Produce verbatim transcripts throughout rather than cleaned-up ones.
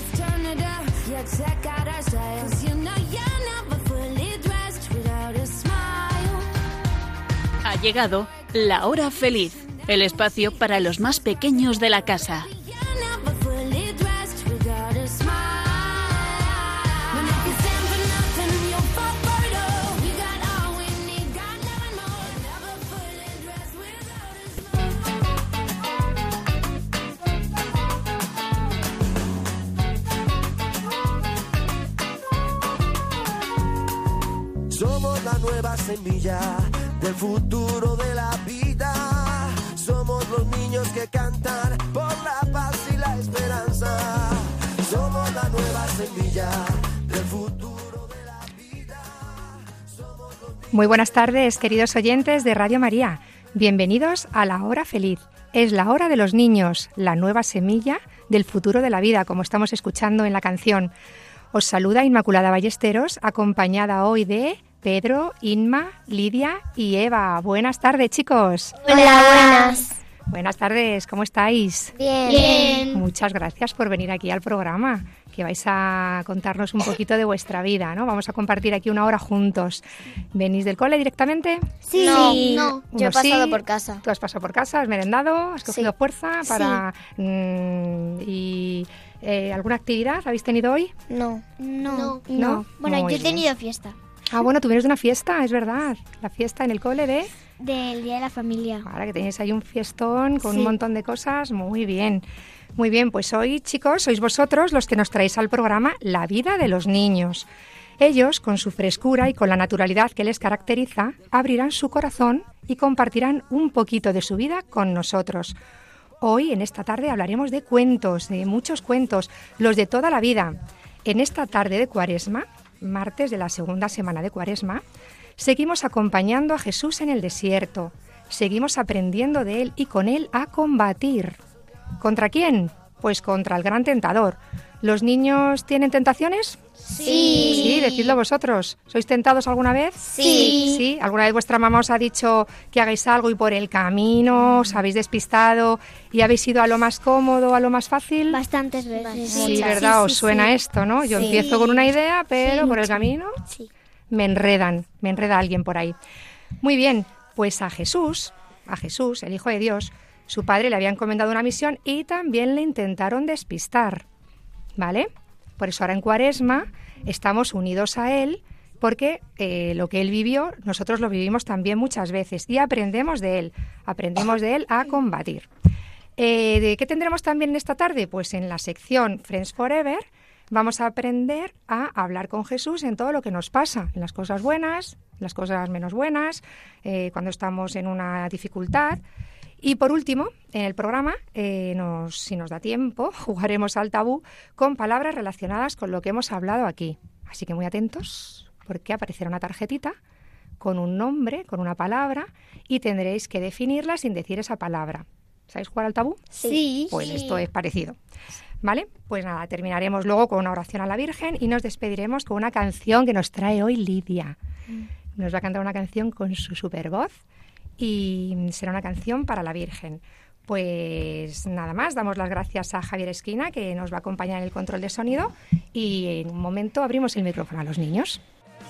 Ha llegado La Hora Feliz, el espacio para los más pequeños de la casa. Somos la nueva semilla del futuro de la vida. Somos los niños que cantan por la paz y la esperanza. Somos la nueva semilla del futuro de la vida. Somos los niños... Muy buenas tardes, queridos oyentes de Radio María. Bienvenidos a La Hora Feliz. Es la hora de los niños, la nueva semilla del futuro de la vida, como estamos escuchando en la canción. Os saluda Inmaculada Ballesteros, acompañada hoy de Pedro, Inma, Lidia y Eva. Buenas tardes, chicos. Hola, buenas. Buenas tardes, ¿cómo estáis? Bien. Bien. Muchas gracias por venir aquí al programa, que vais a contarnos un poquito de vuestra vida, ¿no? Vamos a compartir aquí una hora juntos. ¿Venís del cole directamente? Sí. No, no. Yo he pasado sí. por casa. ¿Tú has pasado por casa? ¿Has merendado? ¿Has cogido sí. fuerza para...? Sí. Mmm, y... Eh, ¿Alguna actividad habéis tenido hoy? No. No. ¿No? no. Bueno, Muy yo he tenido bien. fiesta. Ah, bueno, tú vienes de una fiesta, es verdad. La fiesta en el cole de... Del Día de la Familia. Ahora que tenéis ahí un fiestón con sí. un montón de cosas. Muy bien. Muy bien, pues hoy, chicos, sois vosotros los que nos traéis al programa La vida de los niños. Ellos, con su frescura y con la naturalidad que les caracteriza, abrirán su corazón y compartirán un poquito de su vida con nosotros. Hoy, en esta tarde, hablaremos de cuentos, de muchos cuentos, los de toda la vida. En esta tarde de Cuaresma, martes de la segunda semana de Cuaresma, seguimos acompañando a Jesús en el desierto, seguimos aprendiendo de Él y con Él a combatir. ¿Contra quién? Pues contra el gran tentador. ¿Los niños tienen tentaciones? Sí. Sí, decidlo vosotros. ¿Sois tentados alguna vez? Sí. Sí. ¿Alguna vez vuestra mamá os ha dicho que hagáis algo y por el camino os habéis despistado y habéis ido a lo más cómodo, a lo más fácil? Bastantes veces. Sí, Muchas. ¿verdad? Sí, os sí, suena sí. esto, ¿no? Yo sí. empiezo con una idea, pero sí, por el mucho. camino Sí. me enredan, me enreda alguien por ahí. Muy bien, pues a Jesús, a Jesús, el Hijo de Dios, su padre le había encomendado una misión y también le intentaron despistar, ¿vale? Por eso ahora en Cuaresma estamos unidos a Él, porque eh, lo que Él vivió, nosotros lo vivimos también muchas veces y aprendemos de Él, aprendemos de Él a combatir. Eh, ¿de qué tendremos también esta tarde? Pues en la sección Friends Forever vamos a aprender a hablar con Jesús en todo lo que nos pasa, en las cosas buenas, en las cosas menos buenas, eh, cuando estamos en una dificultad. Y por último, en el programa, eh, nos, si nos da tiempo, jugaremos al tabú con palabras relacionadas con lo que hemos hablado aquí. Así que muy atentos, porque aparecerá una tarjetita con un nombre, con una palabra, y tendréis que definirla sin decir esa palabra. ¿Sabéis jugar al tabú? Sí. Pues sí. esto es parecido. ¿Vale? Pues nada, terminaremos luego con una oración a la Virgen y nos despediremos con una canción que nos trae hoy Lidia. Nos va a cantar una canción con su super voz y será una canción para la Virgen. Pues nada más, damos las gracias a Javier Esquina, que nos va a acompañar en el control de sonido, y en un momento abrimos el micrófono a los niños.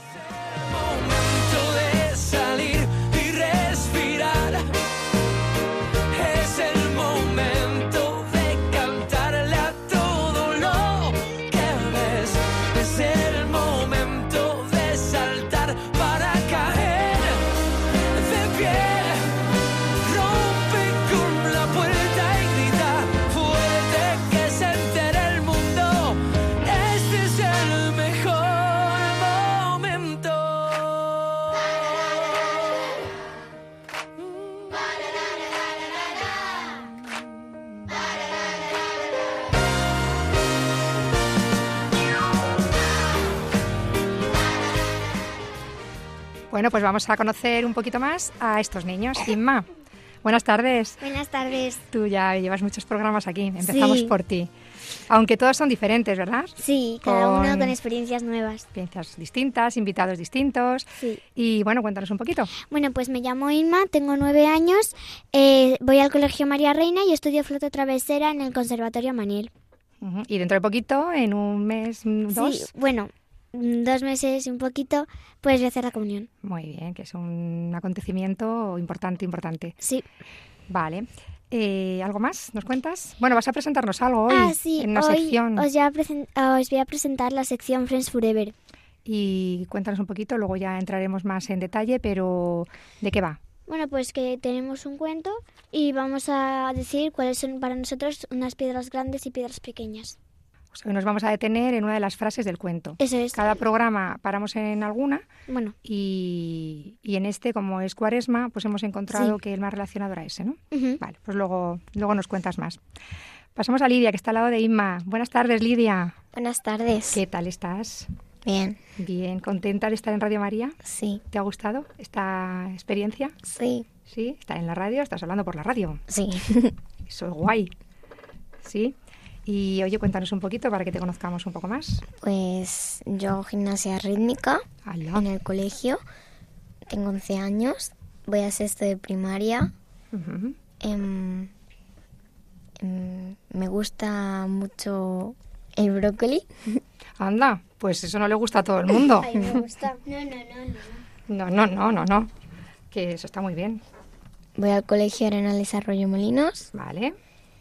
Bueno, pues vamos a conocer un poquito más a estos niños. Inma, buenas tardes. Buenas tardes. Tú ya llevas muchos programas aquí, empezamos Sí. por ti. Aunque todos son diferentes, ¿verdad? Sí, cada Con- uno con experiencias nuevas. Experiencias distintas, invitados distintos. Sí. Y bueno, cuéntanos un poquito. Bueno, pues me llamo Inma, tengo nueve años, eh, voy al Colegio María Reina y estudio flauta travesera en el Conservatorio Maniel. Uh-huh. Y dentro de poquito, en un mes, dos... Sí, bueno, dos meses y un poquito, pues voy a hacer la comunión. Muy bien, que es un acontecimiento importante, importante. Sí. Vale. Eh, ¿Algo más? ¿Nos cuentas? Bueno, vas a presentarnos algo hoy Ah, sí, en una hoy sección. Os, voy a presen- os voy a presentar la sección Friends Forever. Y cuéntanos un poquito, luego ya entraremos más en detalle, pero ¿de qué va? Bueno, pues que tenemos un cuento y vamos a decir cuáles son para nosotros unas piedras grandes y piedras pequeñas. O sea, hoy nos vamos a detener en una de las frases del cuento. Eso es. Cada programa paramos en alguna Bueno. y, y en este, como es Cuaresma, pues hemos encontrado Sí. que el más relacionado era ese, ¿no? Uh-huh. Vale, pues luego, luego nos cuentas más. Pasamos a Lidia, que está al lado de Inma. Buenas tardes, Lidia. Buenas tardes. ¿Qué tal estás? Bien, Bien, ¿contenta de estar en Radio María? sí, ¿Te ha gustado esta experiencia? sí, Sí, estar en la radio, estás hablando por la radio. sí. Eso es guay. Sí. Y oye, cuéntanos un poquito para que te conozcamos un poco más. Pues yo hago gimnasia rítmica Ala. en el colegio. Tengo once años. Voy a sexto de primaria. Ujú. Em, em, me gusta mucho el brócoli. Anda, pues eso no le gusta a todo el mundo. Ay, me gusta. No, no, no, no. No, no, no, no, no. Que eso está muy bien. Voy al colegio Arenales Arroyo Molinos Vale.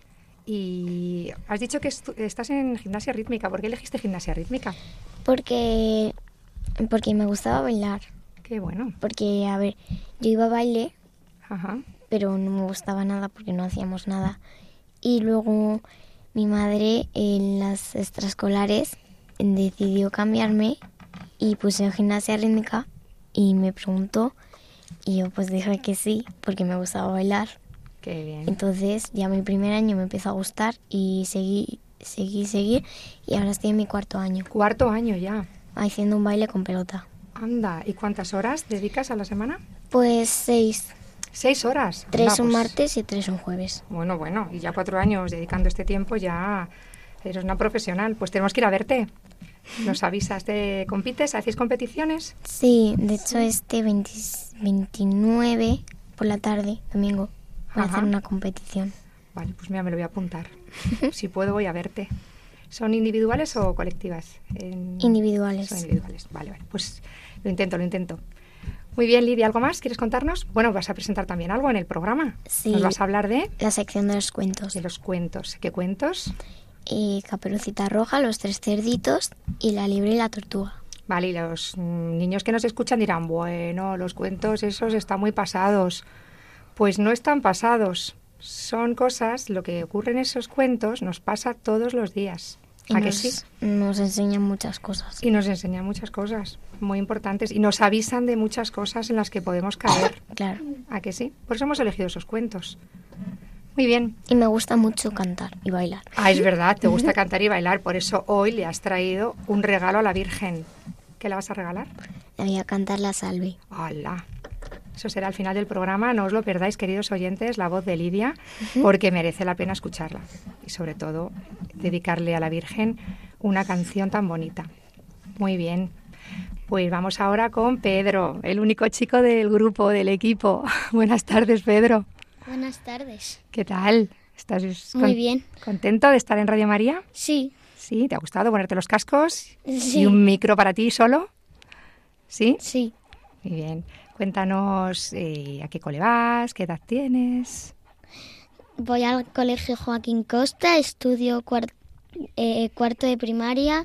Y has dicho que estu- estás en gimnasia rítmica. ¿Por qué elegiste gimnasia rítmica? porque, porque me gustaba bailar. Qué bueno. Porque, a ver, yo iba a baile, Ajá. pero no me gustaba nada porque no hacíamos nada. Y luego mi madre en las extraescolares decidió cambiarme y puse en gimnasia rítmica y me preguntó y yo pues dije que sí porque me gustaba bailar. Qué bien. Entonces ya mi primer año me empezó a gustar y seguí, seguí, seguí y ahora estoy en mi cuarto año Cuarto año ya. haciendo un baile con pelota. Anda. ¿Y cuántas horas dedicas a la semana? Pues seis, Seis horas. tres Anda, un pues, martes y tres un jueves. Bueno, bueno. Y ya cuatro años dedicando este tiempo ya eres una profesional. Pues tenemos que ir a verte. Nos avisas. ¿Te compites? ¿Hacéis competiciones? Sí, de hecho este veinte veintinueve por la tarde, domingo, voy a Ajá. hacer una competición. Vale, pues mira, me lo voy a apuntar. Si puedo, voy a verte. ¿Son individuales o colectivas? En- Individuales. Son individuales. Vale, vale. Pues lo intento, lo intento. Muy bien, Lidia, ¿algo más quieres contarnos? Bueno, vas a presentar también algo en el programa. Sí. Nos vas a hablar de, La sección de los cuentos. de los cuentos. ¿Qué cuentos? Eh, Caperucita Roja, Los Tres Cerditos y La Liebre y la Tortuga. Vale, y los mm, niños que nos escuchan dirán, bueno, los cuentos esos están muy pasados. Pues no están pasados. Son cosas, lo que ocurre en esos cuentos nos pasa todos los días. Y ¿A nos, que sí? nos enseñan muchas cosas. Y nos enseñan muchas cosas muy importantes. Y nos avisan de muchas cosas en las que podemos caer. Claro. ¿A que sí? Por eso hemos elegido esos cuentos. Muy bien. Y me gusta mucho cantar y bailar. Ah, es verdad, te gusta cantar y bailar. Por eso hoy le has traído un regalo a la Virgen. ¿Qué le vas a regalar? Le voy a cantar la salve. ¡Hala! Eso será al final del programa. No os lo perdáis, queridos oyentes, la voz de Lidia, porque merece la pena escucharla. Y sobre todo, dedicarle a la Virgen una canción tan bonita. Muy bien. Pues vamos ahora con Pedro, el único chico del grupo, del equipo. Buenas tardes, Pedro. Buenas tardes. ¿Qué tal? ¿Estás Muy con- bien. contento de estar en Radio María? Sí. ¿Sí? ¿Te ha gustado ponerte los cascos? Sí. ¿Y un micro para ti solo? ¿Sí? Sí. Muy bien. Cuéntanos eh, a qué cole vas, qué edad tienes. Voy al colegio Joaquín Costa, estudio cuar- eh, cuarto de primaria.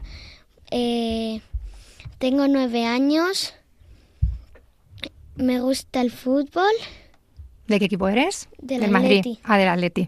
Eh, tengo nueve años. Me gusta el fútbol. ¿De qué equipo eres? Del Del Madrid. Atleti. Ah, del Atleti.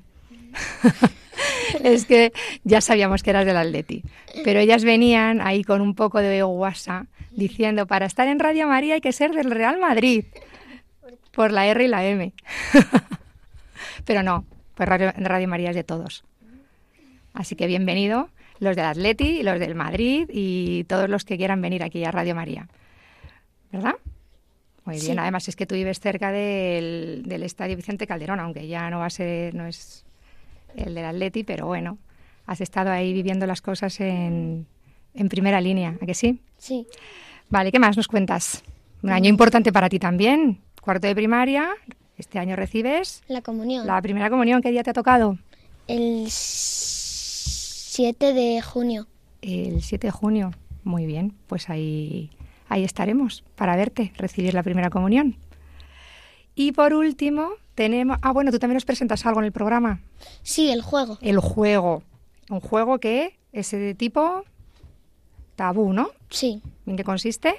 Es que ya sabíamos que eras del Atleti. Pero ellas venían ahí con un poco de guasa diciendo, para estar en Radio María hay que ser del Real Madrid. Por la R y la M. Pero no, pues Radio, Radio María es de todos. Así que bienvenido los del Atleti, los del Madrid y todos los que quieran venir aquí a Radio María. ¿Verdad? Muy bien. Sí. Además es que tú vives cerca del, del Estadio Vicente Calderón, aunque ya no va a ser, no es el del Atleti, pero bueno, has estado ahí viviendo las cosas en, en primera línea, ¿a que sí? Sí. Vale, ¿qué más nos cuentas? Un año importante para ti también, cuarto de primaria, este año recibes La comunión. la primera comunión. ¿Qué día te ha tocado? El siete de junio. El siete de junio. Muy bien, pues ahí, ahí estaremos para verte, recibir la primera comunión. Y por último tenemos... Ah, bueno, tú también nos presentas algo en el programa. Sí, el juego. El juego. Un juego que es de tipo tabú, ¿no? Sí. ¿En qué consiste?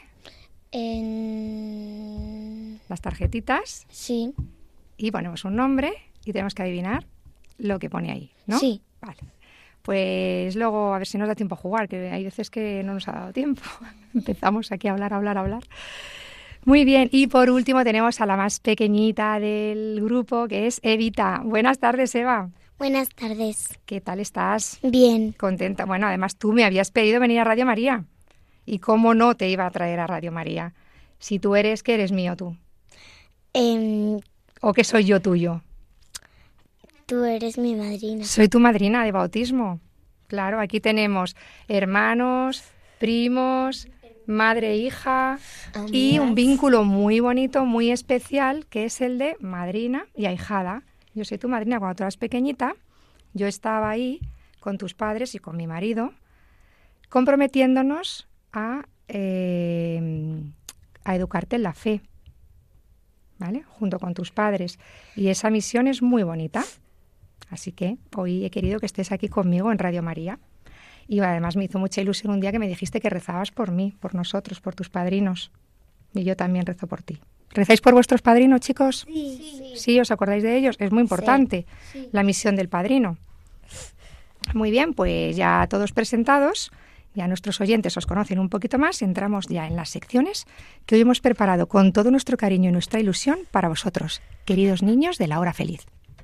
En... Las tarjetitas. Sí. Y ponemos un nombre y tenemos que adivinar lo que pone ahí, ¿no? Sí. Vale. Pues luego a ver si nos da tiempo a jugar, que hay veces que no nos ha dado tiempo. Empezamos aquí a hablar, hablar, hablar. Muy bien, y por último tenemos a la más pequeñita del grupo, que es Evita. Buenas tardes, Eva. Buenas tardes. ¿Qué tal estás? Bien. Contenta. Bueno, además tú me habías pedido venir a Radio María. ¿Y cómo no te iba a traer a Radio María? Si tú eres, ¿qué eres mío tú? Eh, ¿O qué soy yo tuyo? tú eres mi madrina. Soy tu madrina de bautismo. Claro, aquí tenemos hermanos, primos, madre e hija Amigas. Y un vínculo muy bonito, muy especial, que es el de madrina y ahijada. Yo soy tu madrina cuando tú eras pequeñita. Yo estaba ahí con tus padres y con mi marido, comprometiéndonos a, eh, a educarte en la fe, ¿vale? Junto con tus padres. Y esa misión es muy bonita. Así que hoy he querido que estés aquí conmigo en Radio María. Y además me hizo mucha ilusión un día que me dijiste que rezabas por mí, por nosotros, por tus padrinos. Y yo también rezo por ti. ¿Rezáis por vuestros padrinos, chicos? Sí. Sí. Sí, ¿os acordáis de ellos? Es muy importante Sí. Sí. la misión del padrino. Muy bien, pues ya todos presentados, ya nuestros oyentes os conocen un poquito más, entramos ya en las secciones que hoy hemos preparado con todo nuestro cariño y nuestra ilusión para vosotros, queridos niños de la hora feliz.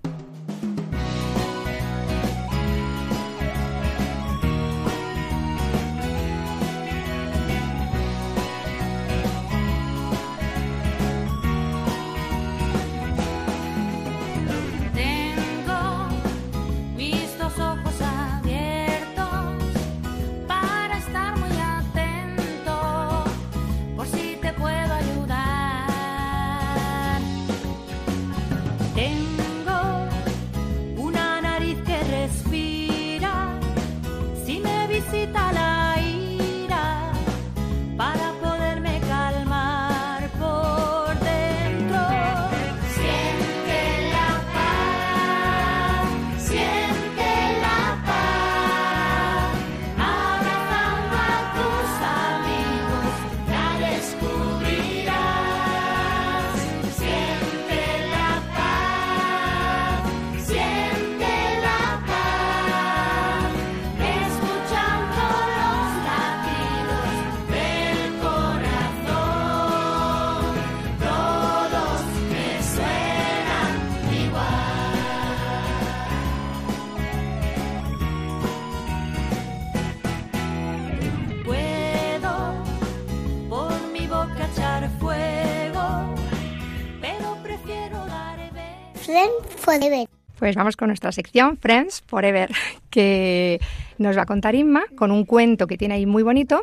Friends Forever. Pues vamos con nuestra sección Friends Forever, que nos va a contar Inma con un cuento que tiene ahí muy bonito,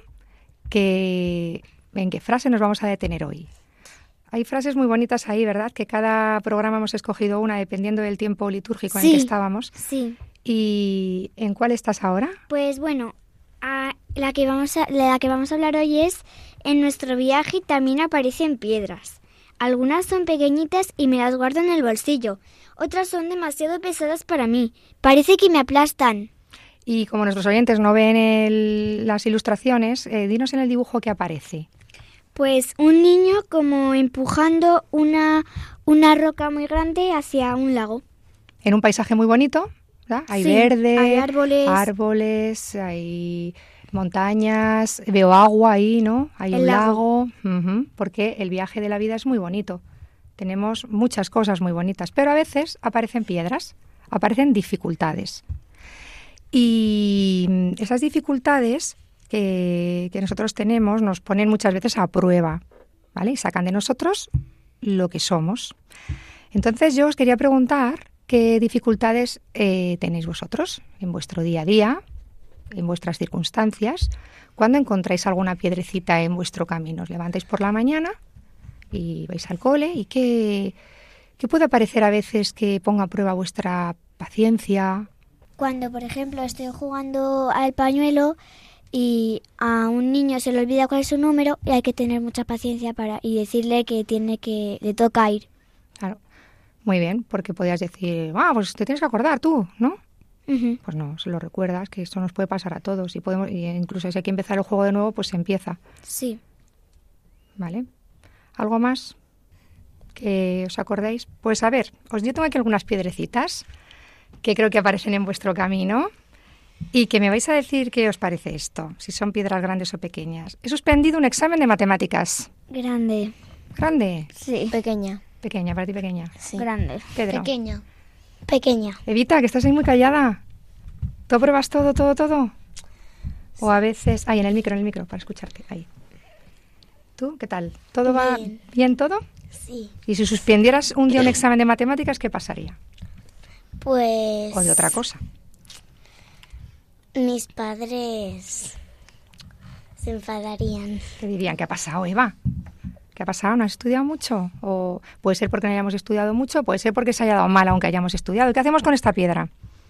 que ¿en qué frase nos vamos a detener hoy? Hay frases muy bonitas ahí, ¿verdad? Que cada programa hemos escogido una dependiendo del tiempo litúrgico en Sí, el que estábamos. Sí, ¿Y en cuál estás ahora? pues bueno, a- la, que vamos a, la que vamos a hablar hoy es En nuestro viaje también aparecen piedras. Algunas son pequeñitas y me las guardo en el bolsillo. Otras son demasiado pesadas para mí. Parece que me aplastan. Y como nuestros oyentes no ven el- las ilustraciones, eh, dinos en el dibujo qué aparece. Pues un niño como empujando una, una roca muy grande hacia un lago. En un paisaje muy bonito, ¿verdad? Hay Sí, verde, hay árboles. árboles, hay montañas, veo agua ahí, ¿no? Hay El un lago. lago, ujú, porque el viaje de la vida es muy bonito. Tenemos muchas cosas muy bonitas, pero a veces aparecen piedras, aparecen dificultades. Y mm, esas dificultades que, que nosotros tenemos nos ponen muchas veces a prueba, ¿vale? Y sacan de nosotros lo que somos. Entonces yo os quería preguntar qué dificultades eh, tenéis vosotros en vuestro día a día, en vuestras circunstancias, cuando encontráis alguna piedrecita en vuestro camino. Os levantáis por la mañana y vais al cole y qué, qué puede parecer a veces que ponga a prueba vuestra paciencia. cuando, por ejemplo, estoy jugando al pañuelo y a un niño se le olvida cuál es su número y hay que tener mucha paciencia para y decirle que tiene que le toca ir. Claro. Muy bien, porque podías decir, ah, pues te tienes que acordar tú, ¿no? Uh-huh. Pues no, se lo recuerdas, que esto nos puede pasar a todos. Y podemos, y incluso si hay que empezar el juego de nuevo, pues se empieza. Sí. ¿Vale? ¿Algo más que os acordéis? Pues a ver, os yo tengo aquí algunas piedrecitas que creo que aparecen en vuestro camino y que me vais a decir qué os parece esto, si son piedras grandes o pequeñas. He suspendido un examen de matemáticas. Grande. ¿Grande? Sí. Pequeña. Pequeña, para ti pequeña. Sí. Grande. Pedro. Pequeña. Pequeña. Evita, que estás ahí muy callada. ¿Tú pruebas todo, todo, todo? O a veces... Ahí, en el micro, en el micro, para escucharte. Ahí. ¿Tú qué tal? ¿Todo va Bien. bien todo? Sí. Y si suspendieras un día un examen de matemáticas, ¿qué pasaría? Pues... O de otra cosa. Mis padres se enfadarían. ¿Qué dirían? ¿Qué ha pasado, Eva? ¿Qué ha pasado? ¿No has estudiado mucho? O puede ser porque no hayamos estudiado mucho, puede ser porque se haya dado mal aunque hayamos estudiado. ¿Qué hacemos con esta piedra?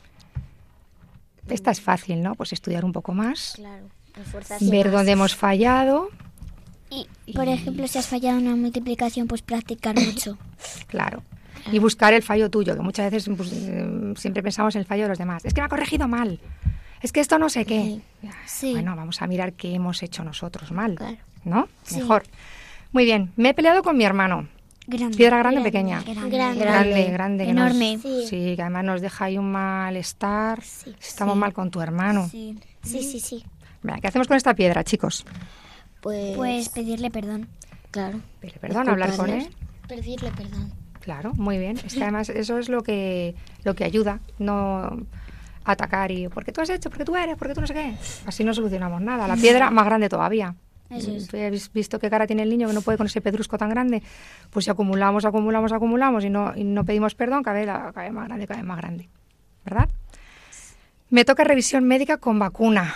Esta es fácil, ¿no? Pues estudiar un poco más, Claro. Esforzarse ver más. dónde hemos fallado. Y, por ejemplo, si has fallado una multiplicación, pues practicar mucho. Claro. Y buscar el fallo tuyo, que muchas veces pues, eh, siempre pensamos en el fallo de los demás. Es que me ha corregido mal. Es que esto no sé qué. Sí. Bueno, vamos a mirar qué hemos hecho nosotros mal. Claro. ¿No? Sí. Mejor. Muy bien. Me he peleado con mi hermano. Grande. ¿Piedra grande o pequeña? Grande. Grande. Grande, grande. que Enorme. nos- Sí. sí, que además nos deja ahí un malestar. Sí. Estamos Sí. mal con tu hermano. Sí. Sí, sí, sí. Venga, ¿qué hacemos con esta piedra, chicos? Pues, Pues pedirle perdón. claro. Pero, perdón, hablar con él. Pedirle perdón. Claro, muy bien. Es que además eso es lo que, lo que ayuda, no atacar y porque tú has hecho, porque tú eres, porque tú no sé qué. Así no solucionamos nada. La piedra más grande todavía. Eso es. ¿Tú has visto qué cara tiene el niño que no puede con ese pedrusco tan grande? Pues si acumulamos, acumulamos, acumulamos y no, y no pedimos perdón, cada vez, la- cada vez más grande, cada vez más grande. ¿Verdad? Me toca revisión médica con vacuna.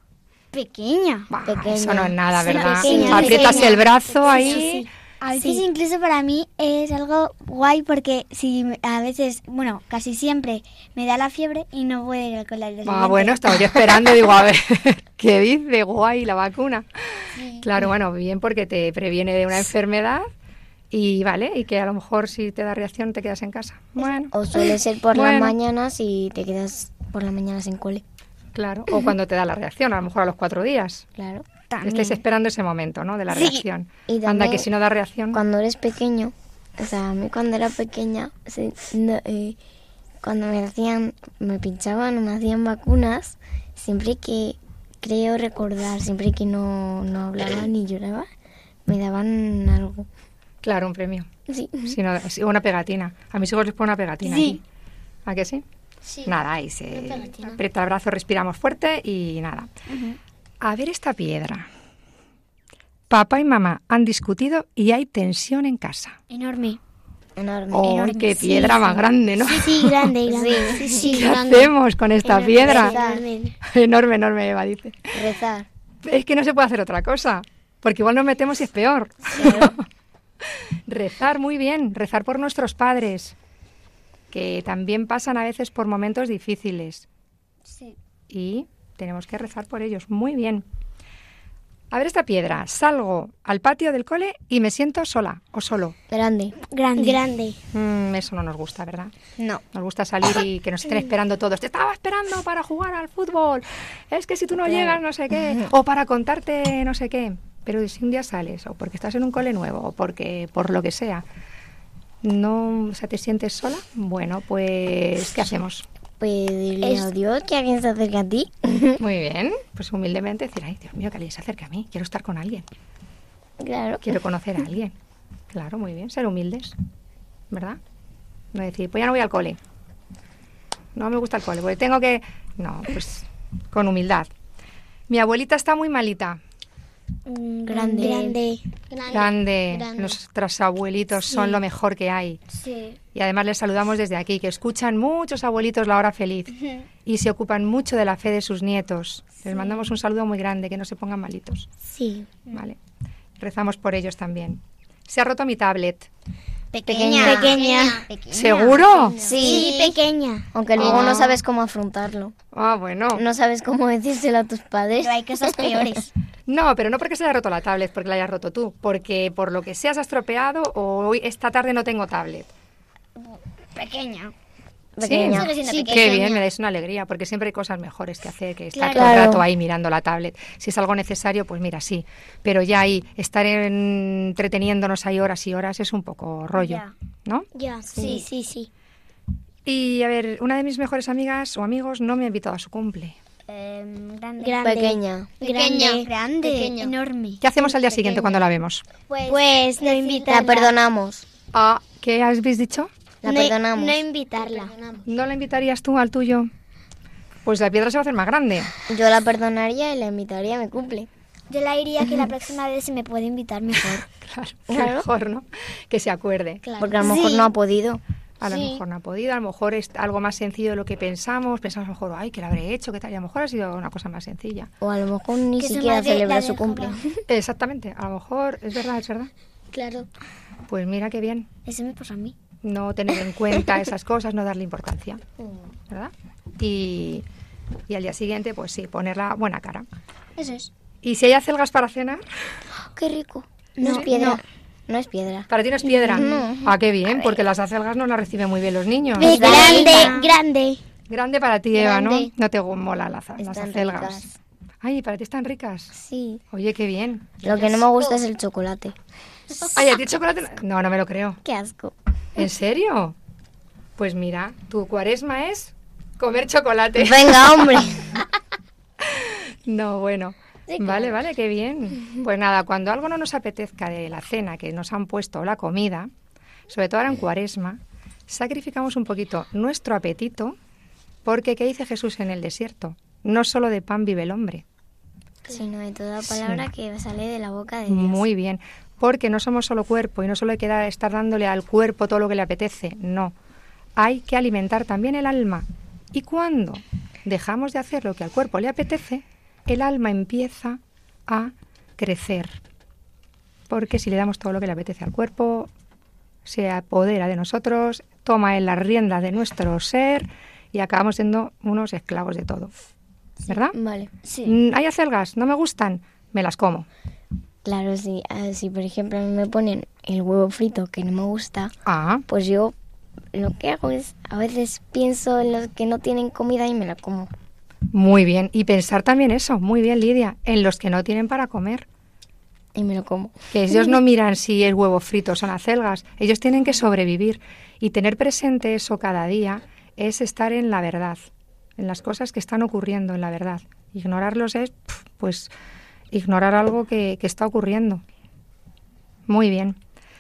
Pequeña. Bah, Pequeña. eso no es nada, Sí, ¿verdad? pequeña, Aprietas pequeña. el brazo Sí, ahí. sí, sí. A veces incluso para mí es algo guay porque si me- a veces, bueno, casi siempre me da la fiebre y no puedo ir al colegio. Ah, bueno, estaba yo esperando, digo, a ver, ¿qué dice? Guay, la vacuna. Claro, bueno, bien porque te previene de una enfermedad y vale, y que a lo mejor si te da reacción te quedas en casa. Bueno, O suele ser por Bueno. las mañanas y te quedas por las mañanas en cole. claro, o cuando te da la reacción, a lo mejor a los cuatro días. Claro. Estáis esperando ese momento, ¿no? De la Sí. reacción. Y Anda, también que si no da reacción... Cuando eres pequeño, o sea, a mí cuando era pequeña, se- no, eh, cuando me hacían, me pinchaban o me hacían vacunas, siempre que, creo recordar, siempre que no, no hablaba ni lloraba, me daban algo. Claro, un premio. Sí. Si no, sí, una pegatina. A mis hijos les pongo una pegatina Sí. aquí. ¿A que sí? Sí. Nada, ahí se Una pegatina. aprieta el brazo, respiramos fuerte y nada. A ver esta piedra. Papá y mamá han discutido y hay tensión en casa. Enorme. Enorme. ¡Oh, Enorme, qué sí, piedra sí. más grande, ¿no? Sí, sí, grande, grande. Sí, sí, ¿Qué grande. hacemos con esta Enorme, piedra? enorme. Enorme, enorme, Eva dice. Rezar. Es que no se puede hacer otra cosa, porque igual nos metemos y es peor. Rezar, muy bien, rezar por nuestros padres, que también pasan a veces por momentos difíciles. Sí. Y tenemos que rezar por ellos. Muy bien. A ver esta piedra. Salgo al patio del cole y me siento sola o solo. Grande. Grande. Grande. Mm, eso no nos gusta, ¿verdad? No. Nos gusta salir y que nos estén esperando todos. Te estaba esperando para jugar al fútbol. Es que si tú no llegas, no sé qué. O para contarte no sé qué. Pero si un día sales, o porque estás en un cole nuevo, o porque por lo que sea, no, o sea, te sientes sola, bueno, pues, ¿qué hacemos? Pedirle a Dios que alguien se acerque a ti. Muy bien, pues humildemente decir, ay, Dios mío, que alguien se acerque a mí, quiero estar con alguien, Claro. quiero conocer a alguien. Claro, muy bien, ser humildes, ¿verdad? No decir, pues ya no voy al cole, no me gusta el cole, porque tengo que... No, pues con humildad. Mi abuelita está muy malita, Grande. Grande. grande, Grande. nuestros abuelitos Sí. son lo mejor que hay. Sí. Y además les saludamos desde aquí, que escuchan muchos abuelitos La Hora Feliz y se ocupan mucho de la fe de sus nietos. Les mandamos un saludo muy grande, que no se pongan malitos. Sí. ¿Vale? Rezamos por ellos también. Se ha roto mi tablet. Pequeña. Pequeña. ¿Seguro? Sí, pequeña. aunque luego Ah. no sabes cómo afrontarlo. Ah, bueno. No sabes cómo decírselo a tus padres. Pero hay cosas peores. No, pero no porque se haya roto la tablet, porque la hayas roto tú. Porque por lo que seas estropeado o hoy esta tarde no tengo tablet. Pequeña. Pequeña. Sigue siendo Sí, pequeña. qué bien, me dais una alegría, porque siempre hay cosas mejores que hacer que estar Claro. todo el rato Claro. ahí mirando la tablet. Si es algo necesario, pues mira, sí. Pero ya ahí, estar en- entreteniéndonos ahí horas y horas es un poco rollo, Ya. ¿no? Ya, sí, sí, sí. Y a ver, una de mis mejores amigas o amigos no me ha invitado a su cumple. grande. Pequeña. Pequeña. Grande. Pequeña. Enorme. ¿Qué hacemos al día siguiente cuando la vemos? Pues, Pues no La invitarla. perdonamos. Ah, ¿qué habéis dicho? La No- perdonamos. No invitarla. ¿No la invitarías tú al tuyo? Pues la piedra se va a hacer más grande. Yo la perdonaría y la invitaría a mi cumple. yo la diría que la próxima vez se me puede invitar mejor. Claro, que Claro. mejor, ¿no? Que se acuerde. Claro. Porque a lo mejor Sí. no ha podido. A lo Sí. mejor no ha podido, a lo mejor es algo más sencillo de lo que pensamos. Pensamos a lo mejor, ay, que la habré hecho, qué tal. Y a lo mejor ha sido una cosa más sencilla. O a lo mejor ni Que su siquiera madre celebra la su dejaba. cumple. Exactamente, a lo mejor, es verdad, es verdad. Claro. Pues mira qué bien, Eso me pasa a mí. no tener en cuenta esas cosas, no darle importancia, ¿verdad? Y, y al día siguiente, pues sí, poner la buena cara. Eso es. Y si hay acelgas para cenar, Qué rico. No, No, es piedra. no. No es piedra. para ti no es piedra. Ah, qué bien, porque las acelgas no las reciben muy bien los niños. Grande, grande. Grande para ti, Eva, ¿no? Grande. No te mola las, las Están acelgas. ricas. Ay, para ti están ricas. Sí. Oye, qué bien. Lo que no me gusta es el chocolate. Ay, ¿a ti el chocolate? No, no me lo creo. Qué asco. ¿En serio? Pues mira, tu cuaresma es comer chocolate. Venga, hombre. No, bueno. Vale, vale, qué bien. Pues nada, cuando algo no nos apetezca de la cena que nos han puesto o la comida, sobre todo ahora en cuaresma, sacrificamos un poquito nuestro apetito, porque ¿qué dice Jesús en el desierto? No solo de pan vive el hombre. Sino de toda palabra que sale de la boca de Dios. Muy bien, porque no somos solo cuerpo y no solo hay que dar- estar dándole al cuerpo todo lo que le apetece, no. Hay que alimentar también el alma. Y cuando dejamos de hacer lo que al cuerpo le apetece, el alma empieza a crecer. Porque si le damos todo lo que le apetece al cuerpo, se apodera de nosotros, toma en las riendas de nuestro ser y acabamos siendo unos esclavos de todo. ¿Verdad? Vale. Sí. Mm, Hay acelgas, no me gustan, me las como. Claro, sí. Ah, si por ejemplo a mí me ponen el huevo frito que no me gusta, Ah, pues yo lo que hago es a veces pienso en los que no tienen comida y me la como. muy bien. Y pensar también eso, muy bien, Lidia, en los que no tienen para comer. Y me lo como. Que ellos no miran si es huevo frito o son acelgas. Ellos tienen que sobrevivir. Y tener presente eso cada día es estar en la verdad, en las cosas que están ocurriendo en la verdad. Ignorarlos es, pf, pues, ignorar algo que, que está ocurriendo. Muy bien.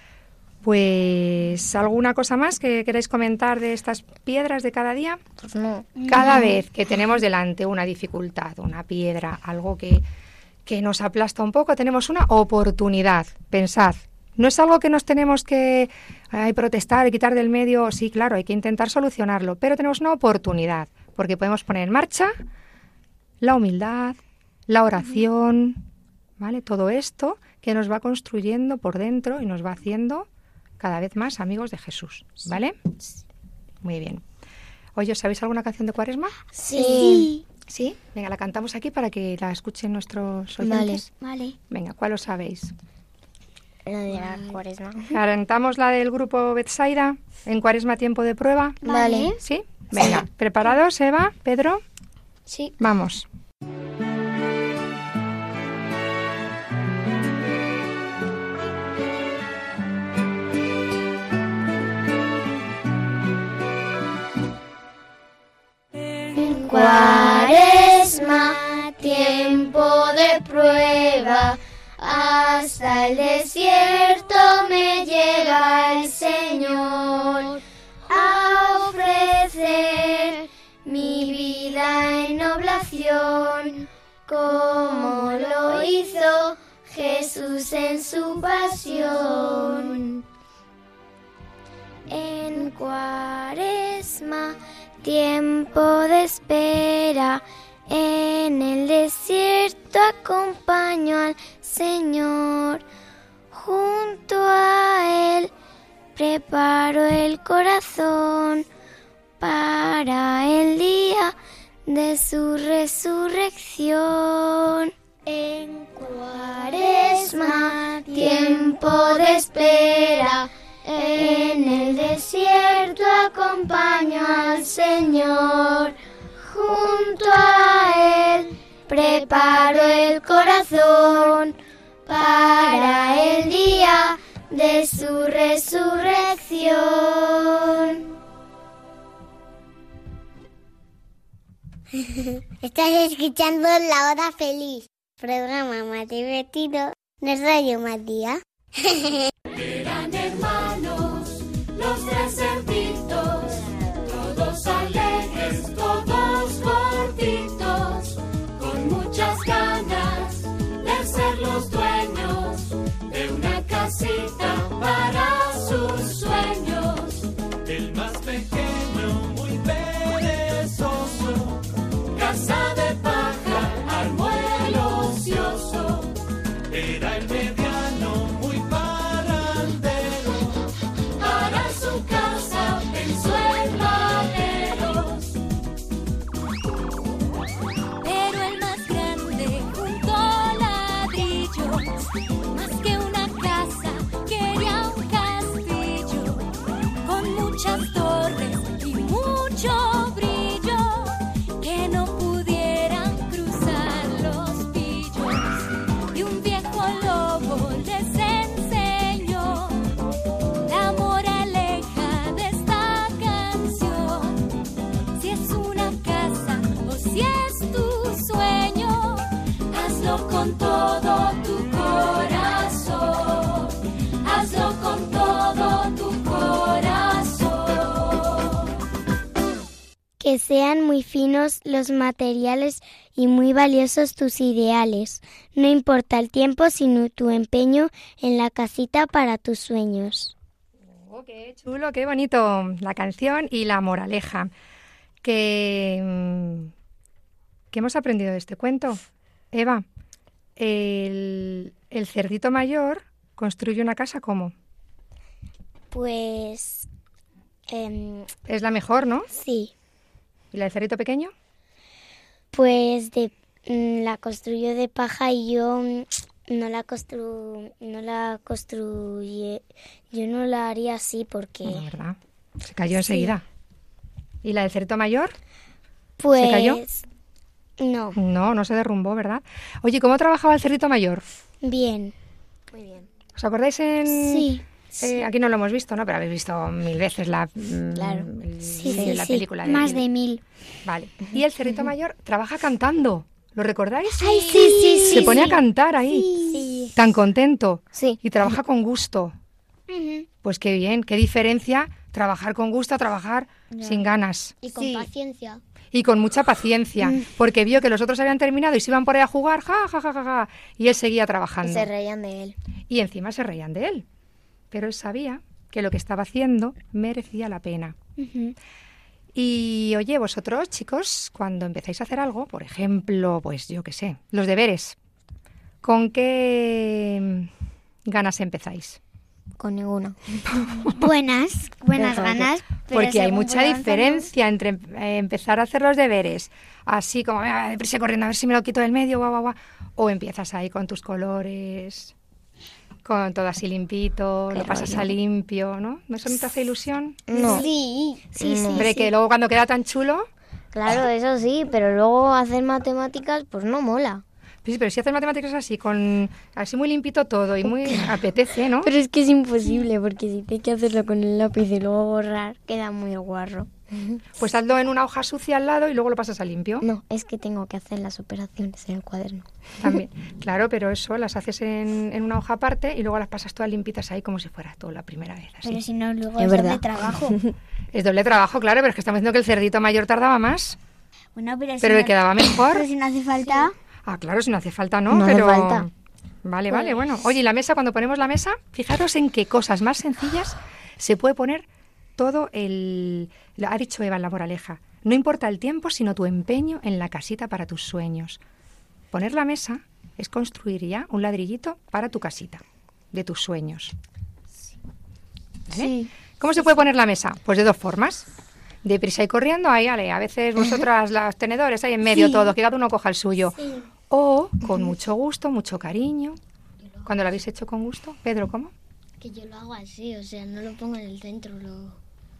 Pues, ¿alguna cosa más que queráis comentar de estas piedras de cada día? Pues no. Cada vez que tenemos delante una dificultad, una piedra, algo que, que nos aplasta un poco, tenemos una oportunidad. Pensad, no es algo que nos tenemos que ay, protestar y quitar del medio. Sí, claro, hay que intentar solucionarlo, pero tenemos una oportunidad, porque podemos poner en marcha la humildad, la oración, ¿vale? Todo esto que nos va construyendo por dentro y nos va haciendo cada vez más amigos de Jesús, ¿vale? Muy bien. Oye, ¿sabéis alguna canción de Cuaresma? Sí. ¿Sí? Venga, la cantamos aquí para que la escuchen nuestros oyentes. Vale. Venga, ¿cuál os sabéis? La de la cuaresma. ¿Cantamos la del grupo Betsaida en Cuaresma Tiempo de Prueba? Vale. ¿Sí? Venga, ¿preparados, Eva, Pedro? Sí. Vamos. Cuaresma, tiempo de prueba, hasta el desierto me llega el Señor a ofrecer mi vida en oblación, como lo hizo Jesús en su pasión. En Cuaresma, tiempo de espera, en el desierto acompaño al Señor. Junto a Él preparo el corazón para el día de su resurrección. En Cuaresma, tiempo de espera, en el desierto acompaño al Señor. Junto a Él preparo el corazón para el día de su resurrección. Estás escuchando La Hora Feliz, programa más divertido de Radio María. Eran hermanos los tres cerditos, todos alegres, todos cortitos, con muchas ganas de ser los dueños de una casita para sus sueños. El más pequeño, muy perezoso, casa de paja armó el ocioso. Era el mediano, muy parrandero, para su casa pensó en maderos. Pero el más grande juntó ladrillos, más que una casa quería un castillo, con muchas torres y mucho brillo, que no pudieran cruzar los pillos. Y un viejo lobo les enseñó la moraleja de esta canción. Si es una casa o si es tu sueño, hazlo con todo tu corazón, hazlo con todo tu corazón. Que sean muy finos los materiales y muy valiosos tus ideales. No importa el tiempo, sino tu empeño en la casita para tus sueños. Oh, qué chulo, qué bonito la canción y la moraleja. Que, ¿Qué hemos aprendido de este cuento? Eva, el, el cerdito mayor construye una casa ¿cómo? Pues... Eh, Es la mejor, ¿no? sí. ¿Y la del cerdito pequeño? Pues de, mm, la construyó de paja y yo mm, no la constru, no la construye, yo no la haría así porque... No, ¿verdad? Se cayó enseguida. ¿Y la del cerdito mayor? Pues... ¿Se cayó? No. No, no se derrumbó, ¿verdad? Oye, ¿cómo trabajaba el cerdito mayor? Bien. Muy bien. ¿Os acordáis en...? Sí. Eh, aquí no lo hemos visto, ¿no? Pero habéis visto mil veces la, Claro. el- Sí, sí, sí, la sí. película. Más de mil. Vale. Y el cerdito mayor trabaja cantando. ¿Lo recordáis? Ay, sí, sí, sí. Se pone sí. a cantar ahí. Sí. Tan contento. Sí. Y trabaja con gusto. Pues qué bien, qué diferencia trabajar con gusto a trabajar sin ganas. Y con Sí. paciencia. Y con mucha paciencia. Porque vio que los otros habían terminado y se iban por ahí a jugar, ja, ja, ja, ja, ja. Y él seguía Y trabajando. se reían de él. Y encima se reían de él. Pero él sabía que lo que estaba haciendo merecía la pena. Y oye, vosotros, chicos, cuando empezáis a hacer algo, por ejemplo, pues yo qué sé, los deberes, ¿con qué ganas empezáis? Con ninguna. Buenas, buenas Pero ganas. pero Porque hay según mucha fue avanzando- diferencia entre eh, empezar a hacer los deberes, así como, venga, deprisa corriendo, a ver si me lo quito del medio, guau, guau, guau, o empiezas ahí con tus colores, con todo así limpito, Qué lo pasas rollo. a limpio, ¿no? ¿No eso no te hace ilusión? No. Sí, sí, sí. Hombre, sí. que luego cuando queda tan chulo... Claro, eso sí, pero luego hacer matemáticas pues no mola. Sí, pero si haces matemáticas así, con así muy limpito todo y muy apetece, ¿no? Pero es que es imposible, porque si tienes que hacerlo con el lápiz y luego borrar, queda muy guarro. Pues hazlo en una hoja sucia al lado y luego lo pasas a limpio. No, es que tengo que hacer las operaciones en el cuaderno. También. Claro, pero eso las haces en, en una hoja aparte y luego las pasas todas limpitas ahí como si fuera todo la primera vez. Así. Pero si no, luego Es es, verdad. doble trabajo. Es doble trabajo, claro, pero es que estamos diciendo que el cerdito mayor tardaba más, Bueno, pero, pero si le no, quedaba mejor. pero si no hace falta... Ah, claro, si no hace falta, ¿no? No hace pero... falta. Vale, vale, bueno. Oye, ¿y la mesa, cuando ponemos la mesa, fijaros en qué cosas más sencillas se puede poner todo el... Lo ha dicho Eva en la moraleja. No importa el tiempo, sino tu empeño en la casita para tus sueños. Poner la mesa es construir ya un ladrillito para tu casita, de tus sueños. ¿Vale? Sí. ¿Cómo se puede poner la mesa? Pues de dos formas. Deprisa y corriendo, ahí, ale, a veces vosotras los tenedores ahí en medio Sí. todo, que cada uno coja el suyo. Sí. O con mucho gusto, mucho cariño. Cuando lo habéis hecho con gusto. Pedro, ¿cómo? Que yo lo hago así, o sea, no lo pongo en el centro, lo,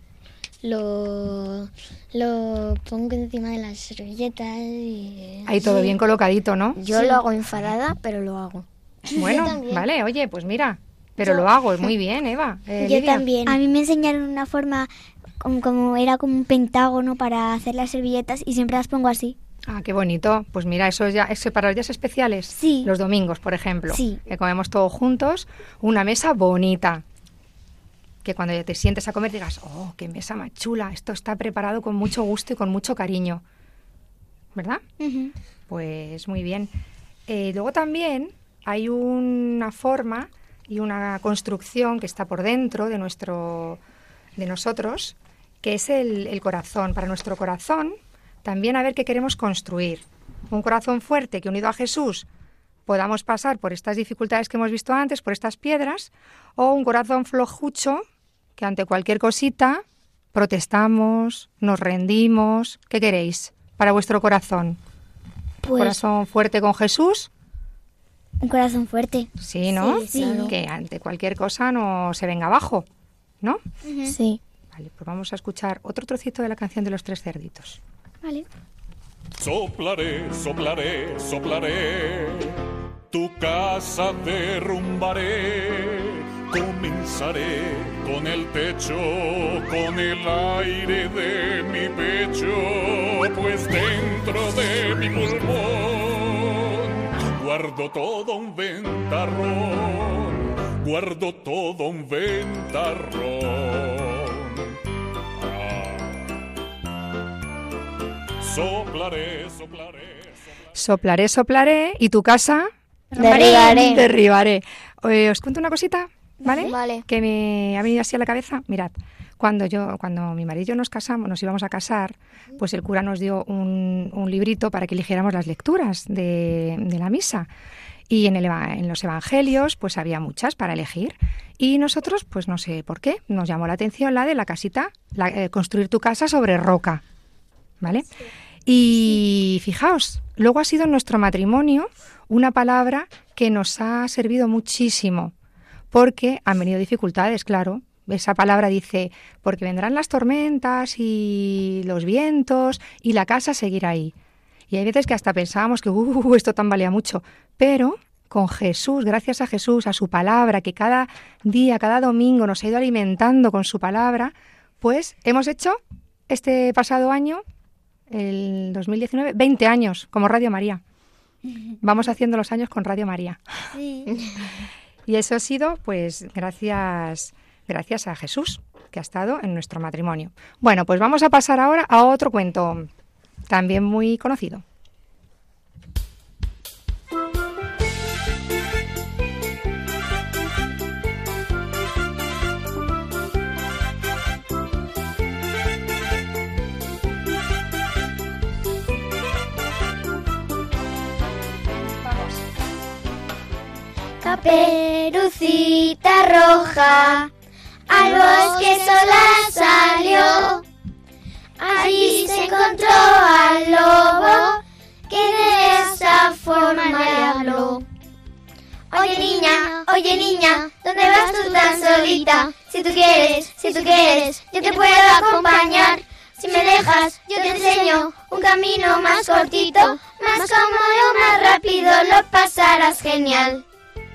lo, lo pongo encima de las servilletas y... Ahí todo bien colocadito, ¿no? Yo lo hago enfadada, pero lo hago. Bueno, también. vale, oye, pues mira, pero lo hago, muy bien, Eva. Eh, Yo Lidia. también. A mí me enseñaron una forma como, como era como un pentágono para hacer las servilletas y siempre las pongo así. Ah, qué bonito. Pues mira, eso ya es para los días especiales. Sí. Los domingos, por ejemplo. Sí. Que comemos todos juntos, una mesa bonita. Que cuando ya te sientes a comer digas, oh, qué mesa más chula. Esto está preparado con mucho gusto y con mucho cariño. ¿Verdad? Pues muy bien. Eh, luego también hay una forma y una construcción que está por dentro de nuestro, de nosotros, que es el, el corazón. Para nuestro corazón, también a ver qué queremos construir. Un corazón fuerte que unido a Jesús podamos pasar por estas dificultades que hemos visto antes, por estas piedras, o un corazón flojucho que ante cualquier cosita protestamos, nos rendimos. ¿Qué queréis para vuestro corazón? Pues ¿Corazón fuerte con Jesús? un corazón fuerte. Sí, ¿no? Sí, sí. Claro. Que ante cualquier cosa no se venga abajo, ¿no? Sí. Vale, pues vamos a escuchar otro trocito de la canción de los tres cerditos. Vale. Soplaré, soplaré, soplaré, tu casa derrumbaré, comenzaré con el techo, con el aire de mi pecho, pues dentro de mi pulmón guardo todo un ventarrón, guardo todo un ventarrón. Soplaré, soplaré, Soplaré, soplaré, y tu casa Derribaré. derribaré. Eh, os cuento una cosita, ¿vale? Vale. Que me ha venido así a la cabeza. Mirad, cuando yo, cuando mi marido y yo nos casamos, nos íbamos a casar, pues el cura nos dio un, un librito para que eligiéramos las lecturas de, de la misa. Y en, el, eva- en los evangelios, pues había muchas para elegir. Y nosotros, pues no sé por qué, nos llamó la atención la de la casita, la, eh, construir tu casa sobre roca, ¿vale? Y fijaos, luego ha sido en nuestro matrimonio una palabra que nos ha servido muchísimo, porque han venido dificultades, claro. Esa palabra dice, porque vendrán las tormentas y los vientos y la casa seguirá ahí. Y hay veces que hasta pensábamos que uh, esto tambalea mucho, pero con Jesús, gracias a Jesús, a su palabra, que cada día, cada domingo nos ha ido alimentando con su palabra, pues hemos hecho este pasado año, el dos mil diecinueve, veinte años como Radio María. Vamos haciendo los años con Radio María. Sí. Y eso ha sido, pues, gracias, gracias a Jesús, que ha estado en nuestro matrimonio. Bueno, pues vamos a pasar ahora a otro cuento, también muy conocido. Caperucita roja, al bosque sola salió. Allí se encontró al lobo, que de esa forma le habló. Oye niña, oye niña, ¿dónde vas tú tan solita? Si tú quieres, si tú quieres, yo te puedo acompañar. Si me dejas, yo te enseño un camino más cortito, más cómodo, más rápido, lo pasarás genial.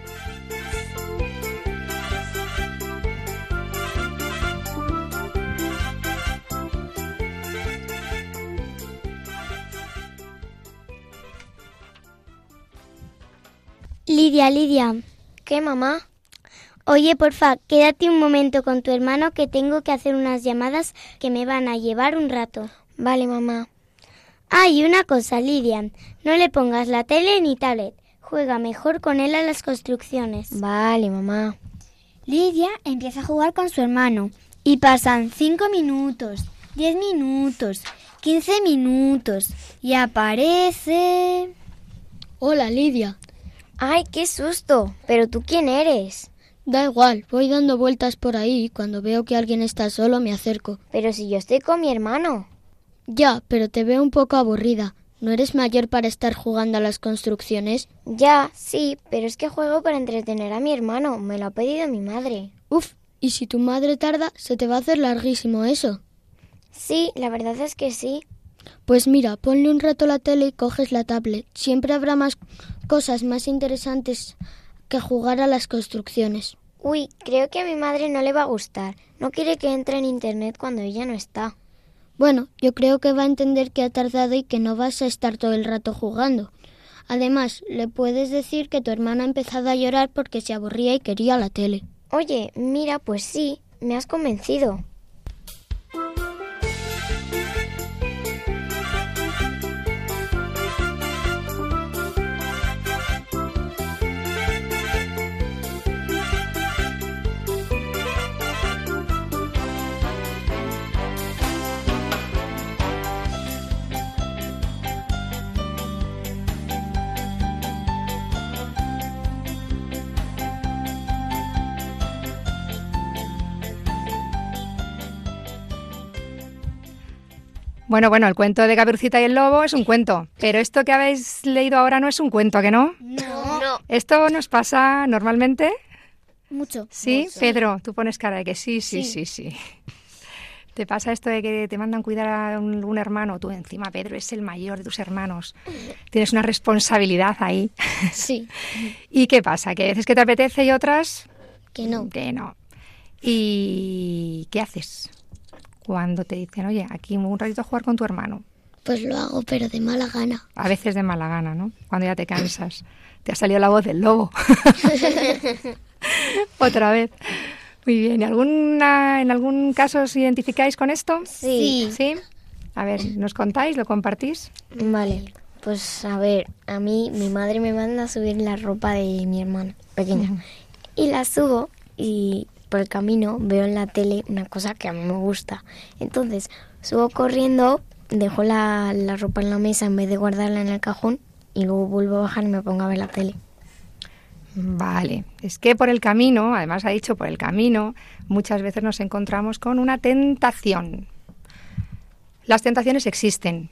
Lidia, Lidia. ¿Qué, mamá? Oye, porfa, quédate un momento con tu hermano que tengo que hacer unas llamadas que me van a llevar un rato. Vale, mamá. Ah, y una cosa, Lidia. No le pongas la tele ni tablet. Juega mejor con él a las construcciones. Vale, mamá. Lidia empieza a jugar con su hermano y pasan cinco minutos, diez minutos, quince minutos y aparece... Hola, Lidia. Ay, qué susto. ¿Pero tú quién eres? Da igual, voy dando vueltas por ahí y cuando veo que alguien está solo me acerco. Pero si yo estoy con mi hermano. Ya, pero te veo un poco aburrida. ¿No eres mayor para estar jugando a las construcciones? Ya, sí, pero es que juego para entretener a mi hermano. Me lo ha pedido mi madre. Uf, y si tu madre tarda, se te va a hacer larguísimo eso. Sí, la verdad es que sí. Pues mira, ponle un rato la tele y coges la tablet. Siempre habrá más cosas más interesantes que jugar a las construcciones. Uy, creo que a mi madre no le va a gustar. No quiere que entre en internet cuando ella no está. Bueno, yo creo que va a entender que ha tardado y que no vas a estar todo el rato jugando. Además, le puedes decir que tu hermana ha empezado a llorar porque se aburría y quería la tele. Oye, mira, pues sí, me has convencido. Bueno, bueno, el cuento de Caperucita y el Lobo es un cuento, pero esto que habéis leído ahora no es un cuento, ¿a que no? No. no. ¿Esto nos pasa normalmente? Mucho. ¿Sí? Mucho. Pedro, tú pones cara de que sí, sí, Sí. sí, sí. ¿Te pasa esto de que te mandan cuidar a un, un hermano? Tú encima, Pedro, es el mayor de tus hermanos. Tienes una responsabilidad ahí. Sí. ¿Y qué pasa? ¿Que hay veces que te apetece y otras? Que no. Que no. ¿Y qué haces cuando te dicen, oye, aquí un ratito a jugar con tu hermano? Pues lo hago, pero de mala gana. A veces de mala gana, ¿no? Cuando ya te cansas. Te ha salido la voz del lobo. Otra vez. Muy bien. ¿Y alguna, en algún caso os identificáis con esto? Sí. ¿Sí? A ver, ¿nos contáis? ¿Lo compartís? Vale, pues a ver, a mí mi madre me manda a subir la ropa de mi hermana pequeña. Ujú. Y la subo y por el camino veo en la tele una cosa que a mí me gusta. Entonces subo corriendo, dejo la, la ropa en la mesa en vez de guardarla en el cajón y luego vuelvo a bajar y me pongo a ver la tele. Vale, es que por el camino, además ha dicho por el camino, muchas veces nos encontramos con una tentación. Las tentaciones existen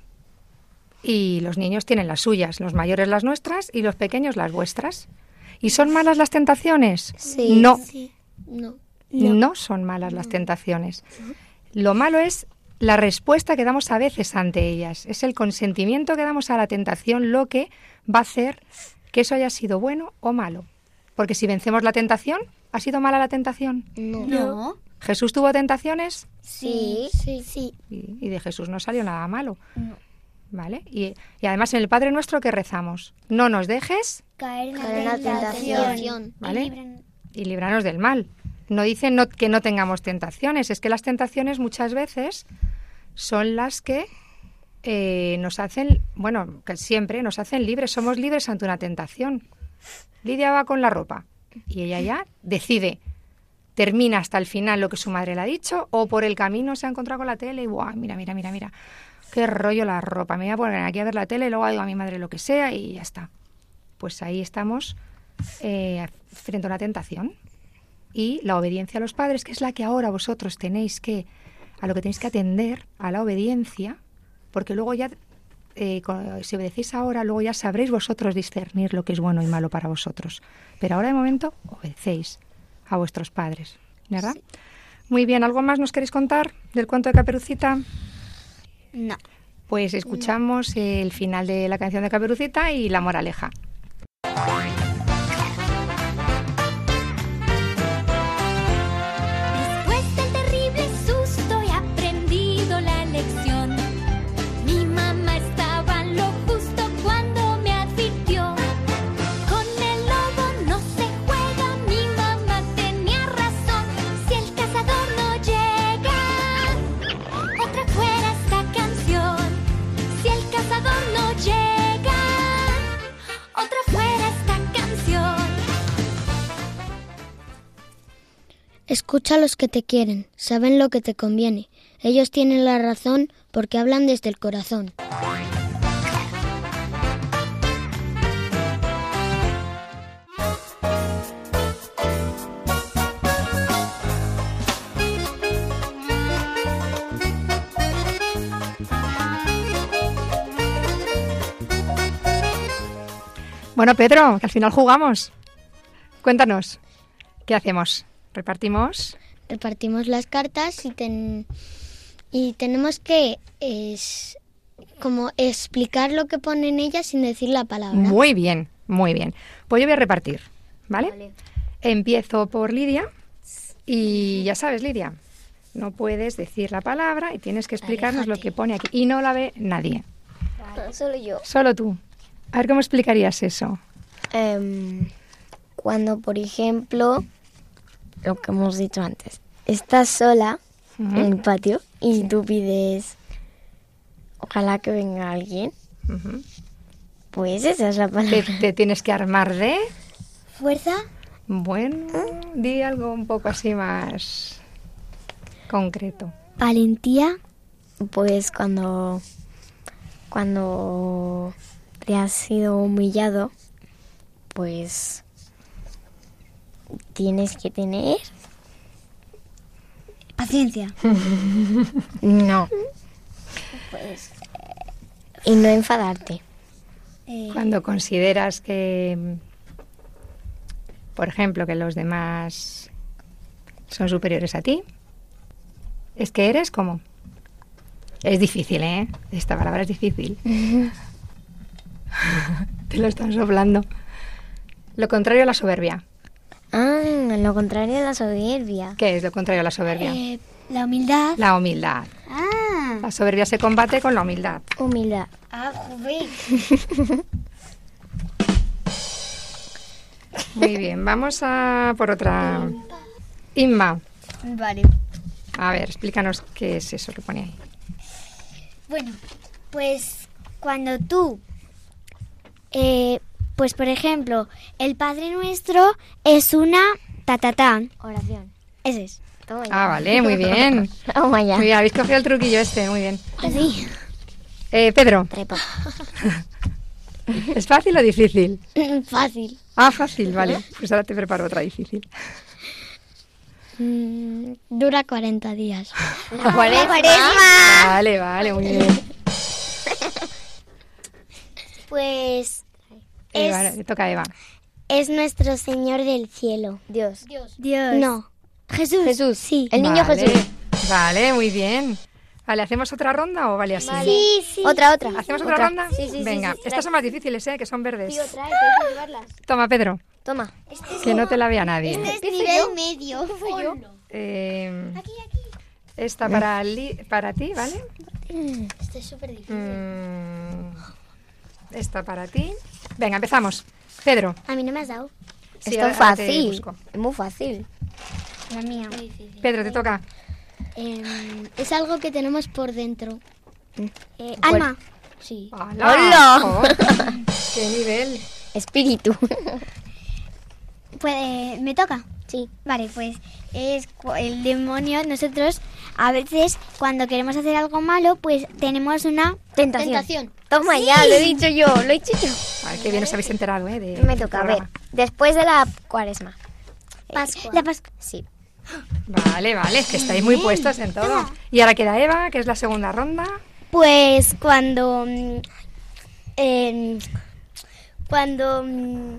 y los niños tienen las suyas, los mayores las nuestras y los pequeños las vuestras. ¿Y son malas las tentaciones? Sí. No, Sí. No. no son malas las tentaciones. Lo malo es la respuesta que damos a veces ante ellas. Es el consentimiento que damos a la tentación lo que va a hacer que eso haya sido bueno o malo. Porque si vencemos la tentación, ¿ha sido mala la tentación? No. No. ¿Jesús tuvo tentaciones? Sí. Sí. Sí. Y, y de Jesús no salió nada malo. No. ¿Vale? Y, y además en el Padre Nuestro, ¿qué rezamos? No nos dejes, Caer en Caer en la la tentación. tentación. ¿vale? Y libren- Y líbranos del mal. No dice no, que no tengamos tentaciones. Es que las tentaciones muchas veces son las que eh, nos hacen, bueno, que siempre nos hacen libres. Somos libres ante una tentación. Lidia va con la ropa y ella ya decide, termina hasta el final lo que su madre le ha dicho o por el camino se ha encontrado con la tele y ¡buah! Mira, mira, mira, mira, qué rollo la ropa. Me voy a poner aquí a ver la tele y luego digo a mi madre lo que sea y ya está. Pues ahí estamos eh, frente a una tentación. Y la obediencia a los padres, que es la que ahora vosotros tenéis que, a lo que tenéis que atender, a la obediencia, porque luego ya, eh, si obedecéis ahora, luego ya sabréis vosotros discernir lo que es bueno y malo para vosotros. Pero ahora de momento obedecéis a vuestros padres, ¿verdad? Sí. Muy bien, ¿algo más nos queréis contar del cuento de Caperucita? No. Pues escuchamos no. el final de la canción de Caperucita y la moraleja. Escucha a los que te quieren, saben lo que te conviene. Ellos tienen la razón porque hablan desde el corazón. Bueno, Pedro, que al final jugamos. Cuéntanos, ¿qué hacemos? ¿Repartimos? Repartimos las cartas y, ten- y tenemos que es, como explicar lo que pone en ellas sin decir la palabra. Muy bien, muy bien. Pues yo voy a repartir, ¿vale? Vale. Empiezo por Lidia y ya sabes, Lidia, no puedes decir la palabra y tienes que explicarnos Aléjate. lo que pone aquí. Y no la ve nadie, Solo yo. solo tú. A ver, ¿cómo explicarías eso? Em, cuando, por ejemplo, lo que hemos dicho antes, estás sola Ujú. en el patio y tú pides, ojalá que venga alguien, Ujú. pues esa es la Te, palabra. te tienes que armar de... Fuerza. Bueno, di algo un poco así más concreto. Valentía. Pues cuando, cuando te has sido humillado, pues tienes que tener... Paciencia. No. Pues... Y no enfadarte. Eh, Cuando consideras que, por ejemplo, que los demás son superiores a ti, es que eres como... Es difícil, ¿eh? Esta palabra es difícil. Te lo están soplando. Lo contrario a la soberbia. Ah, lo contrario de la soberbia. ¿Qué es lo contrario a la soberbia? eh, la humildad. La humildad. Ah. La soberbia se combate con la humildad. Humildad. Ah, joder. Muy bien, vamos a por otra. Inma, Vale. a ver, explícanos qué es eso que pone ahí. Bueno, pues cuando tú, eh, pues por ejemplo, el Padre Nuestro es una tatatán. Oración. Ese es. Toma ya. Ah, vale, muy bien. Toma ya. Muy bien, habéis cogido el truquillo este, muy bien. Así. Eh, Pedro, Trepa. ¿es fácil o difícil? Fácil. Ah, fácil, vale. Pues ahora te preparo otra difícil. Mm, dura cuarenta días. Vale, vale, muy bien. Pues Eva, Es- le toca a Eva. es nuestro Señor del cielo. Dios. Dios. No. Jesús. Jesús. Sí. El niño Vale, Jesús. Vale, muy bien. Vale, ¿hacemos otra ronda o vale así? Sí, sí. Otra, otra. ¿Hacemos otra, ronda? Venga, estas son más difíciles, ¿eh? Que son verdes. Toma, Pedro, Toma. que no te la vea nadie. Es nivel medio. Eh, esta para, li- para ti, ¿vale? Esto es súper difícil. Mm, esta para ti. Venga, empezamos. Pedro. A mí no me has dado. Sí, Esto ahora- es ahora te fácil. busco. Es muy fácil. La mía. Pedro, te toca. Em, es algo que tenemos por dentro. Eh, alma. Sí. ¡Hala! ¡Hola! ¡Joder! ¡Qué nivel! Espíritu. Pues, eh, ¿me toca? Sí. Vale, pues es cu- el demonio. Nosotros a veces cuando queremos hacer algo malo, pues tenemos una Tentación. Tentación. Toma ya, lo he dicho yo, lo he dicho yo. Ay, qué bien os habéis enterado, ¿eh? de- Me del toca, a ver. programa. Después de la cuaresma. Pascua. La Pascua. Sí. Vale, vale, es que estáis muy puestos en todo. Y ahora queda Eva, que es la segunda ronda. Pues cuando mm, em, cuando mm,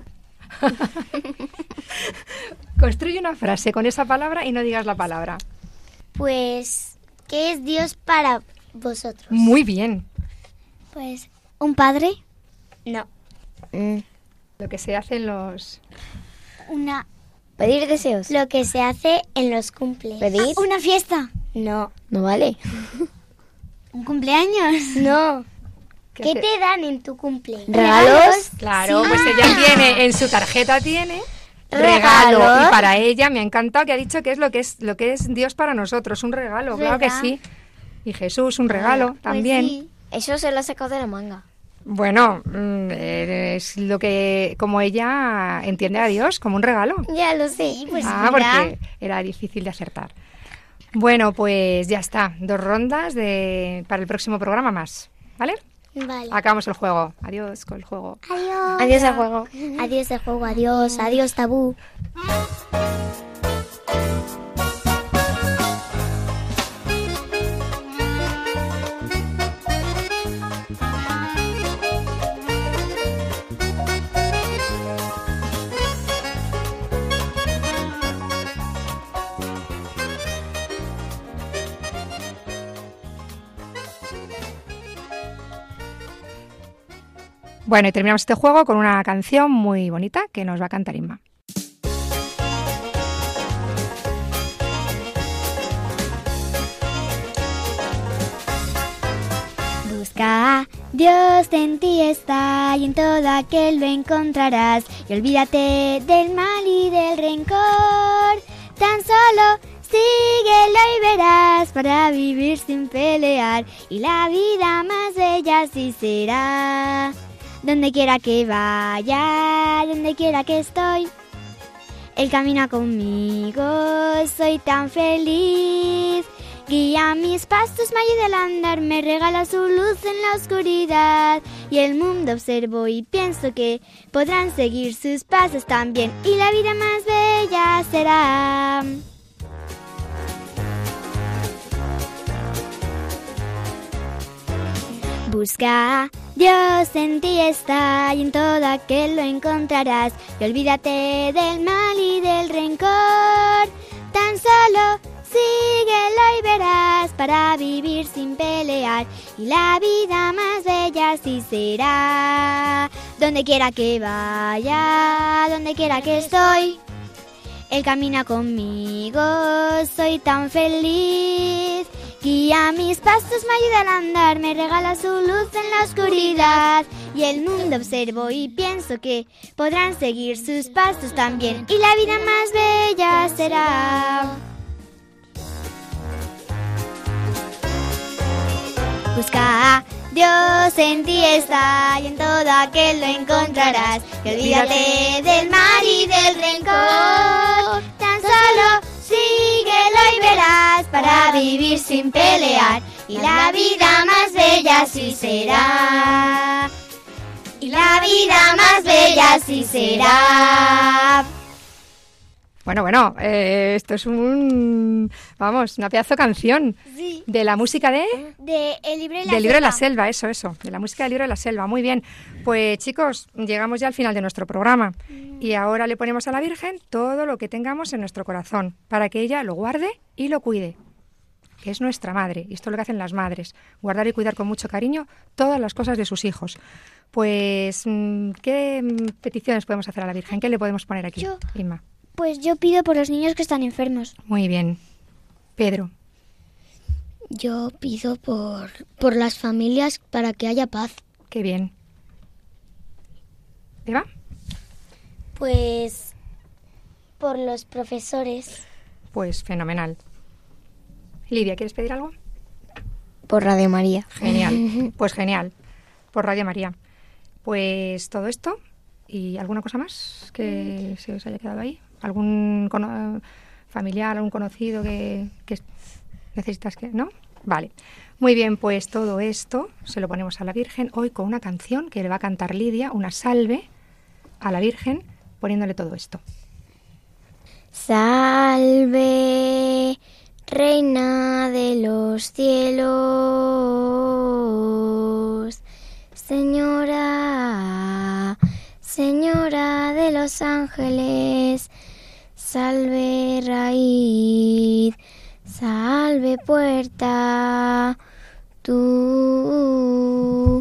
Construye una frase con esa palabra y no digas la palabra. Pues, ¿qué es Dios para vosotros? Muy bien. pues un padre, No. Mm. Lo que se hace en los... una Pedir deseos. Lo que se hace en los cumples. Pedir. una fiesta, No. No vale. un cumpleaños. No. ¿Qué ¿Qué hace? te dan en tu cumple? ¿Regalos? Claro, pues ella tiene, en su tarjeta tiene regalo. Regalos. Y para ella me ha encantado que ha dicho que es lo que es lo que es Dios para nosotros, un regalo, claro que ¿Verdad? sí. Y Jesús, un regalo Pues también. sí. Eso se lo ha sacado de la manga. Bueno, mm, es lo que, como ella entiende a Dios, como un regalo. Ya lo sé. Pues ah, ¿verdad? porque era difícil de acertar. Bueno, pues ya está. Dos rondas de para el próximo programa más. ¿Vale? Vale. Acabamos el juego. Adiós con el juego. Adiós. Adiós al juego. Adiós del juego. Adiós. Adiós, tabú. Bueno, y terminamos este juego con una canción muy bonita que nos va a cantar Inma. Busca, Dios en ti está y en todo aquel lo encontrarás. Y olvídate del mal y del rencor. Tan solo síguelo y verás para vivir sin pelear. Y la vida más bella así será. Donde quiera que vaya, donde quiera que estoy, Él camina conmigo, soy tan feliz. Guía mis pasos, me ayuda al andar, me regala su luz en la oscuridad. Y el mundo observo y pienso que podrán seguir sus pasos también. Y la vida más bella será. Busca, Dios en ti está y en todo aquel lo encontrarás. Y olvídate del mal y del rencor. Tan solo síguelo y verás para vivir sin pelear. Y la vida más bella así será. Donde quiera que vaya, donde quiera que estoy, Él camina conmigo, soy tan feliz. Guía mis pasos, me ayuda al andar, me regala su luz en la oscuridad. Y el mundo observo y pienso que podrán seguir sus pasos también. Y la vida más bella será. Busca, Dios en ti está y en todo aquel lo encontrarás. Y olvídate del mal y del rencor. Tan solo síguelo y verás para vivir sin pelear. Y la vida más bella así será. Y la vida más bella así será. Bueno, bueno, eh, esto es un, vamos, una pedazo de canción. Sí. De la música de... De El libro de la Del libro selva. de la selva, eso, eso. De la música del libro de la selva, muy bien. Pues chicos, llegamos ya al final de nuestro programa. Mm. Y ahora le ponemos a la Virgen todo lo que tengamos en nuestro corazón, para que ella lo guarde y lo cuide. Que es nuestra madre, y esto es lo que hacen las madres, guardar y cuidar con mucho cariño todas las cosas de sus hijos. Pues, ¿qué peticiones podemos hacer a la Virgen? ¿Qué le podemos poner aquí, Yo... Inma? Pues yo pido por los niños que están enfermos. Muy bien. Pedro. Yo pido por, por las familias para que haya paz. Qué bien. ¿Eva? Pues por los profesores. Pues fenomenal. Lidia, ¿quieres pedir algo? Por Radio María. Genial. Pues genial. Por Radio María. Pues todo esto. ¿Y alguna cosa más que se os haya quedado ahí? ¿Algún cono- familiar, algún conocido que, que necesitas que...? ¿No? Vale. Muy bien, pues todo esto se lo ponemos a la Virgen hoy con una canción que le va a cantar Lidia, una salve a la Virgen, poniéndole todo esto. Salve, Reina de los cielos, Señora, Señora de los ángeles, salve raíz, salve puerta, tú,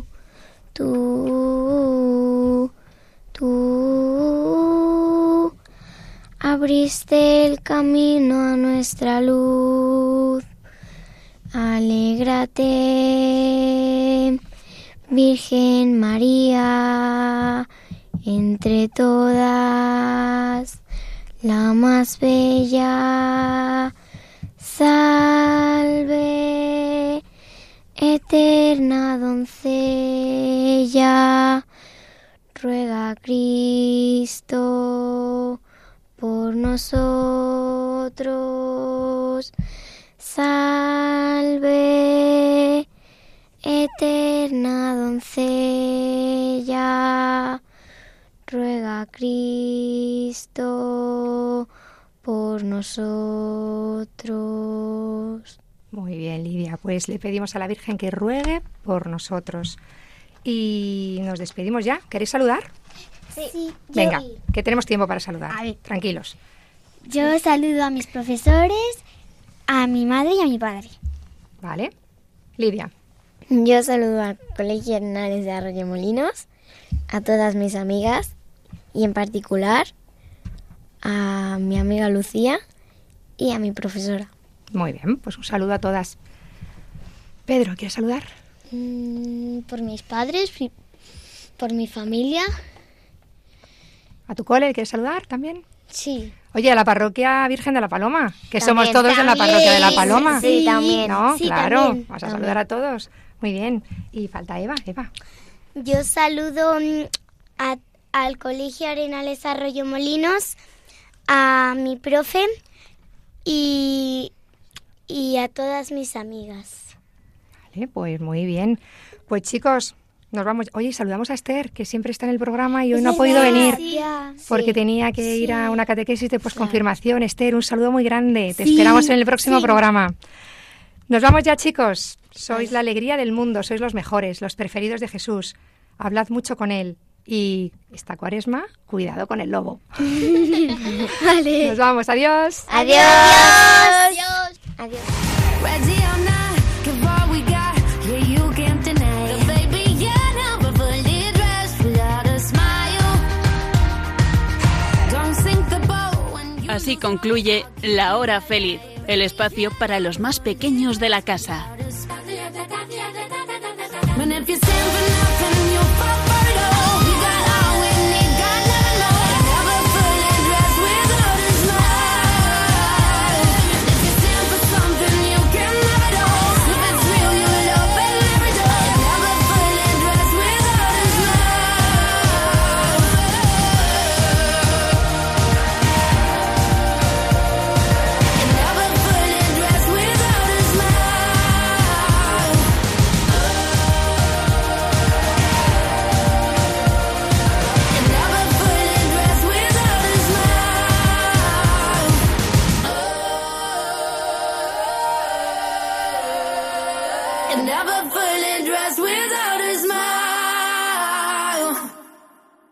tú, tú, abriste el camino a nuestra luz, alégrate, Virgen María, entre todas, la más bella, salve, eterna doncella, ruega a Cristo por nosotros, salve, eterna doncella, ruega a Cristo por nosotros. Muy bien, Lidia, pues le pedimos a la Virgen que ruegue por nosotros. Y nos despedimos ya. ¿Queréis saludar? Sí. Venga, que tenemos tiempo para saludar. A ver. Tranquilos. Yo saludo a mis profesores, a mi madre y a mi padre. Vale. Lidia. Yo saludo al Colegio Hernández de Arroyomolinos a todas mis amigas y en particular a mi amiga Lucía y a mi profesora. Muy bien, pues un saludo a todas. Pedro, ¿quieres saludar? Mm, por mis padres, por mi familia. ¿A tu cole quieres saludar también? Sí. Oye, a la parroquia Virgen de la Paloma, que También, somos todos también. en la parroquia de la Paloma. Sí, también. ¿No? Sí, claro, también. vas a También. saludar a todos. Muy bien. Y falta Eva, Eva. Yo saludo mm, a- al Colegio Arenales Arroyo Molinos, a mi profe y, y a todas mis amigas. Vale, pues muy bien. Pues chicos, nos vamos. Oye, saludamos a Esther, que siempre está en el programa y hoy no ha podido venir porque tenía que ir a una catequesis de posconfirmación. Esther, un saludo muy grande. Te esperamos en el próximo programa. Nos vamos ya, chicos. Sois la alegría del mundo, sois los mejores, los preferidos de Jesús. Hablad mucho con él. Y esta Cuaresma, cuidado con el lobo. Vale. Nos vamos, adiós. Adiós. Adiós. Adiós. Ready or not, give all we got, yeah, you can't deny it. Baby, you're never fully dressed without a smile. Don't sink the boat when you Así concluye La Hora Feliz, el espacio para los más pequeños de la casa. And if you stand for nothing, you'll fall for it all. You got all we need, God never know. Never fully dressed without a smile. If you stand for something, you can have it all. If it's real, you'll open every door. Never fully dressed without a smile. Never fully dressed without a smile. Never fully dressed without a smile.